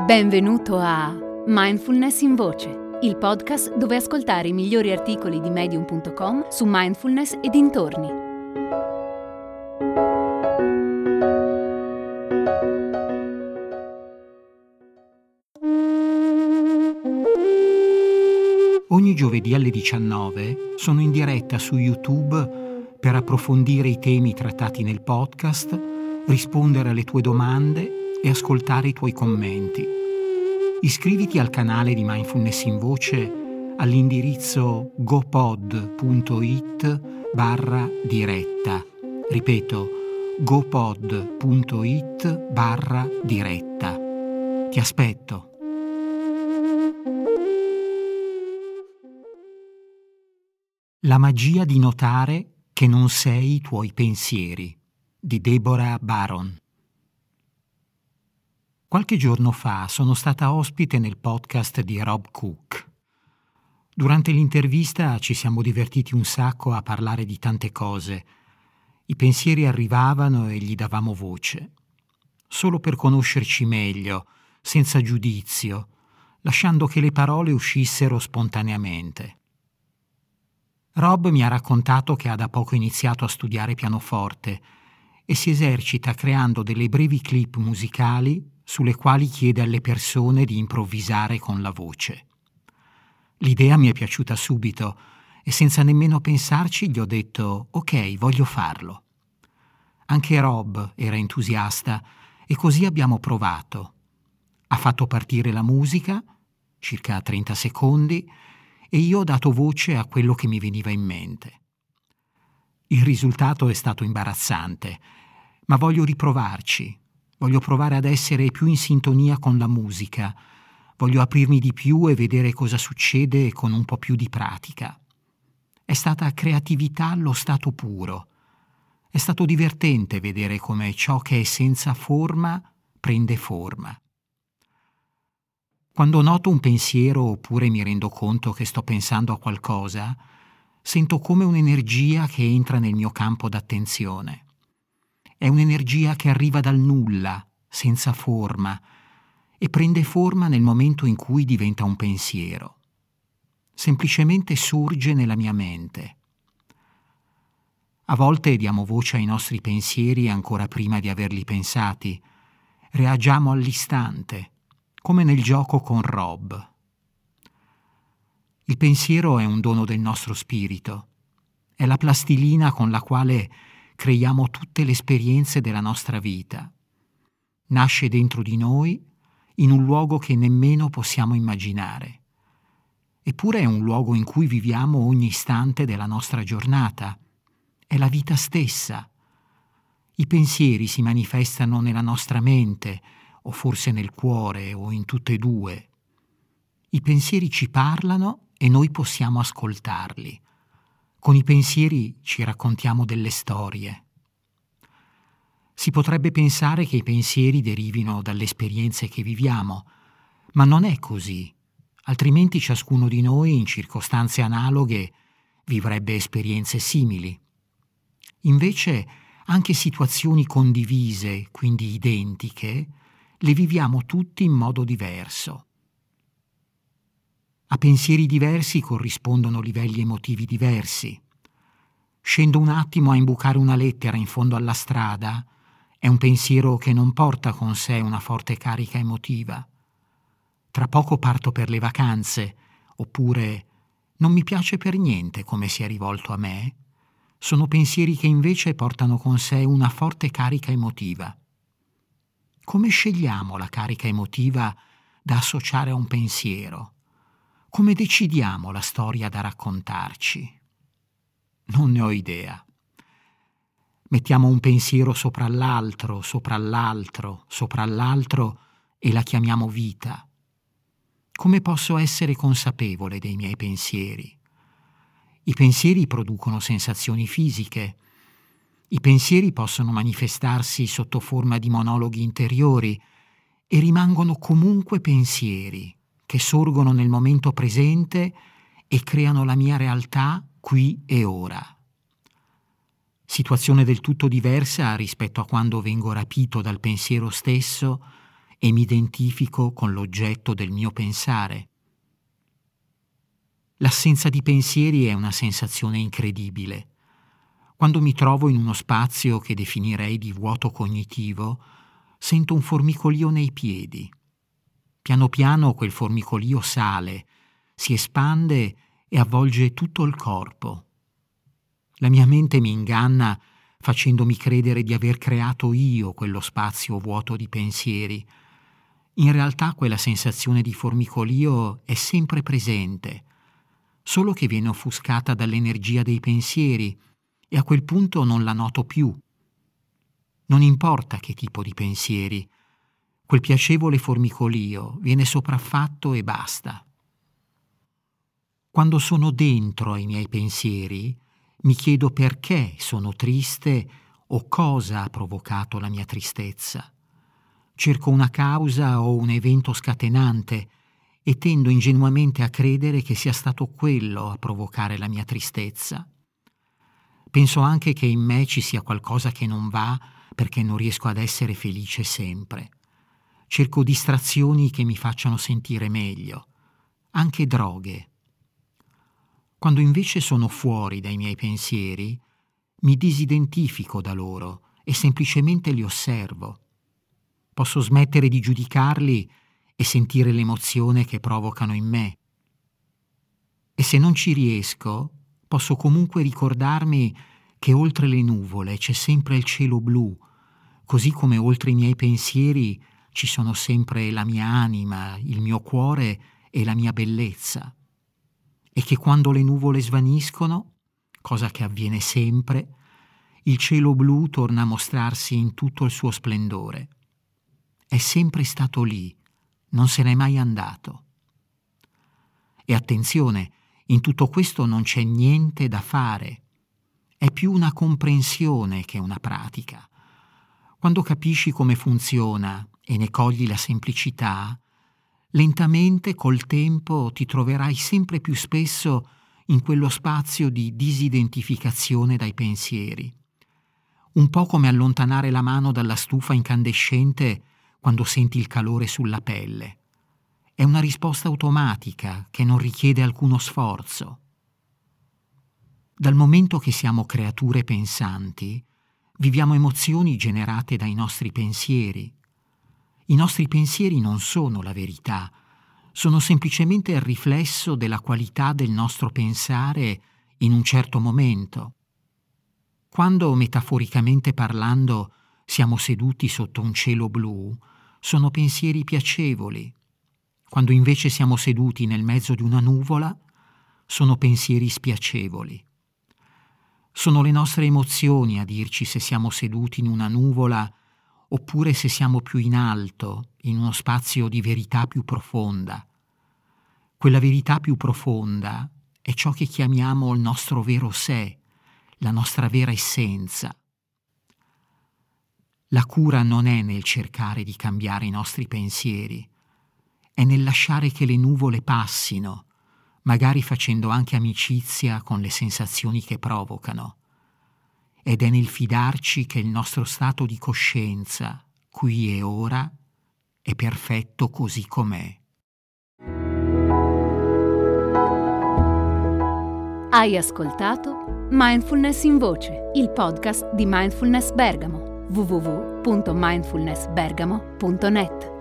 Benvenuto a Mindfulness in Voce, il podcast dove ascoltare i migliori articoli di Medium.com su mindfulness e dintorni. Ogni giovedì alle 19 sono in diretta su YouTube per approfondire i temi trattati nel podcast, rispondere alle tue domande e ascoltare i tuoi commenti. Iscriviti al canale di Mindfulness in Voce all'indirizzo gopod.it/diretta. Ripeto, gopod.it/diretta. Ti aspetto. La magia di notare che non sei i tuoi pensieri, di Deborah Baron. Qualche giorno fa sono stata ospite nel podcast di Rob Cook. Durante l'intervista ci siamo divertiti un sacco a parlare di tante cose. I pensieri arrivavano e gli davamo voce, solo per conoscerci meglio, senza giudizio, lasciando che le parole uscissero spontaneamente. Rob mi ha raccontato che ha da poco iniziato a studiare pianoforte e si esercita creando delle brevi clip musicali sulle quali chiede alle persone di improvvisare con la voce. L'idea mi è piaciuta subito e senza nemmeno pensarci gli ho detto «Ok, voglio farlo». Anche Rob era entusiasta e così abbiamo provato. Ha fatto partire la musica, circa 30 secondi, e io ho dato voce a quello che mi veniva in mente. Il risultato è stato imbarazzante, ma voglio riprovarci. Voglio provare ad essere più in sintonia con la musica. Voglio aprirmi di più e vedere cosa succede con un po' più di pratica. È stata creatività allo stato puro. È stato divertente vedere come ciò che è senza forma prende forma. Quando noto un pensiero oppure mi rendo conto che sto pensando a qualcosa, sento come un'energia che entra nel mio campo d'attenzione. È un'energia che arriva dal nulla, senza forma, e prende forma nel momento in cui diventa un pensiero. Semplicemente sorge nella mia mente. A volte diamo voce ai nostri pensieri ancora prima di averli pensati. Reagiamo all'istante, come nel gioco con Rob. Il pensiero è un dono del nostro spirito. È la plastilina con la quale creiamo tutte le esperienze della nostra vita. Nasce dentro di noi, in un luogo che nemmeno possiamo immaginare. Eppure è un luogo in cui viviamo ogni istante della nostra giornata. È la vita stessa. I pensieri si manifestano nella nostra mente, o forse nel cuore, o in tutte e due. I pensieri ci parlano e noi possiamo ascoltarli. Con i pensieri ci raccontiamo delle storie. Si potrebbe pensare che i pensieri derivino dalle esperienze che viviamo, ma non è così, altrimenti ciascuno di noi in circostanze analoghe vivrebbe esperienze simili. Invece anche situazioni condivise, quindi identiche, le viviamo tutti in modo diverso. A pensieri diversi corrispondono livelli emotivi diversi. Scendo un attimo a imbucare una lettera in fondo alla strada, è un pensiero che non porta con sé una forte carica emotiva. Tra poco parto per le vacanze, oppure non mi piace per niente come si è rivolto a me. Sono pensieri che invece portano con sé una forte carica emotiva. Come scegliamo la carica emotiva da associare a un pensiero? Come decidiamo la storia da raccontarci? Non ne ho idea. Mettiamo un pensiero sopra l'altro, sopra l'altro, sopra l'altro e la chiamiamo vita. Come posso essere consapevole dei miei pensieri? I pensieri producono sensazioni fisiche. I pensieri possono manifestarsi sotto forma di monologhi interiori e rimangono comunque pensieri che sorgono nel momento presente e creano la mia realtà qui e ora. Situazione del tutto diversa rispetto a quando vengo rapito dal pensiero stesso e mi identifico con l'oggetto del mio pensare. L'assenza di pensieri è una sensazione incredibile. Quando mi trovo in uno spazio che definirei di vuoto cognitivo, sento un formicolio nei piedi. Piano piano quel formicolio sale, si espande e avvolge tutto il corpo. La mia mente mi inganna facendomi credere di aver creato io quello spazio vuoto di pensieri. In realtà quella sensazione di formicolio è sempre presente, solo che viene offuscata dall'energia dei pensieri e a quel punto non la noto più. Non importa che tipo di pensieri, quel piacevole formicolio viene sopraffatto e basta. Quando sono dentro ai miei pensieri, mi chiedo perché sono triste o cosa ha provocato la mia tristezza. Cerco una causa o un evento scatenante e tendo ingenuamente a credere che sia stato quello a provocare la mia tristezza. Penso anche che in me ci sia qualcosa che non va perché non riesco ad essere felice sempre. Cerco distrazioni che mi facciano sentire meglio, anche droghe. Quando invece sono fuori dai miei pensieri, mi disidentifico da loro e semplicemente li osservo. Posso smettere di giudicarli e sentire l'emozione che provocano in me. E se non ci riesco, posso comunque ricordarmi che oltre le nuvole c'è sempre il cielo blu, così come oltre i miei pensieri ci sono sempre la mia anima, il mio cuore e la mia bellezza. E che quando le nuvole svaniscono, cosa che avviene sempre, il cielo blu torna a mostrarsi in tutto il suo splendore. È sempre stato lì, non se n'è mai andato. E attenzione, in tutto questo non c'è niente da fare. È più una comprensione che una pratica. Quando capisci come funziona e ne cogli la semplicità, lentamente col tempo ti troverai sempre più spesso in quello spazio di disidentificazione dai pensieri. Un po' come allontanare la mano dalla stufa incandescente quando senti il calore sulla pelle. È una risposta automatica che non richiede alcuno sforzo. Dal momento che siamo creature pensanti, viviamo emozioni generate dai nostri pensieri. I nostri pensieri non sono la verità, sono semplicemente il riflesso della qualità del nostro pensare in un certo momento. Quando, metaforicamente parlando, siamo seduti sotto un cielo blu, sono pensieri piacevoli. Quando invece siamo seduti nel mezzo di una nuvola, sono pensieri spiacevoli. Sono le nostre emozioni a dirci se siamo seduti in una nuvola oppure se siamo più in alto, in uno spazio di verità più profonda. Quella verità più profonda è ciò che chiamiamo il nostro vero sé, la nostra vera essenza. La cura non è nel cercare di cambiare i nostri pensieri, è nel lasciare che le nuvole passino, magari facendo anche amicizia con le sensazioni che provocano. Ed è nel fidarci che il nostro stato di coscienza, qui e ora, è perfetto così com'è. Hai ascoltato Mindfulness in Voce, il podcast di Mindfulness Bergamo, www.mindfulnessbergamo.net.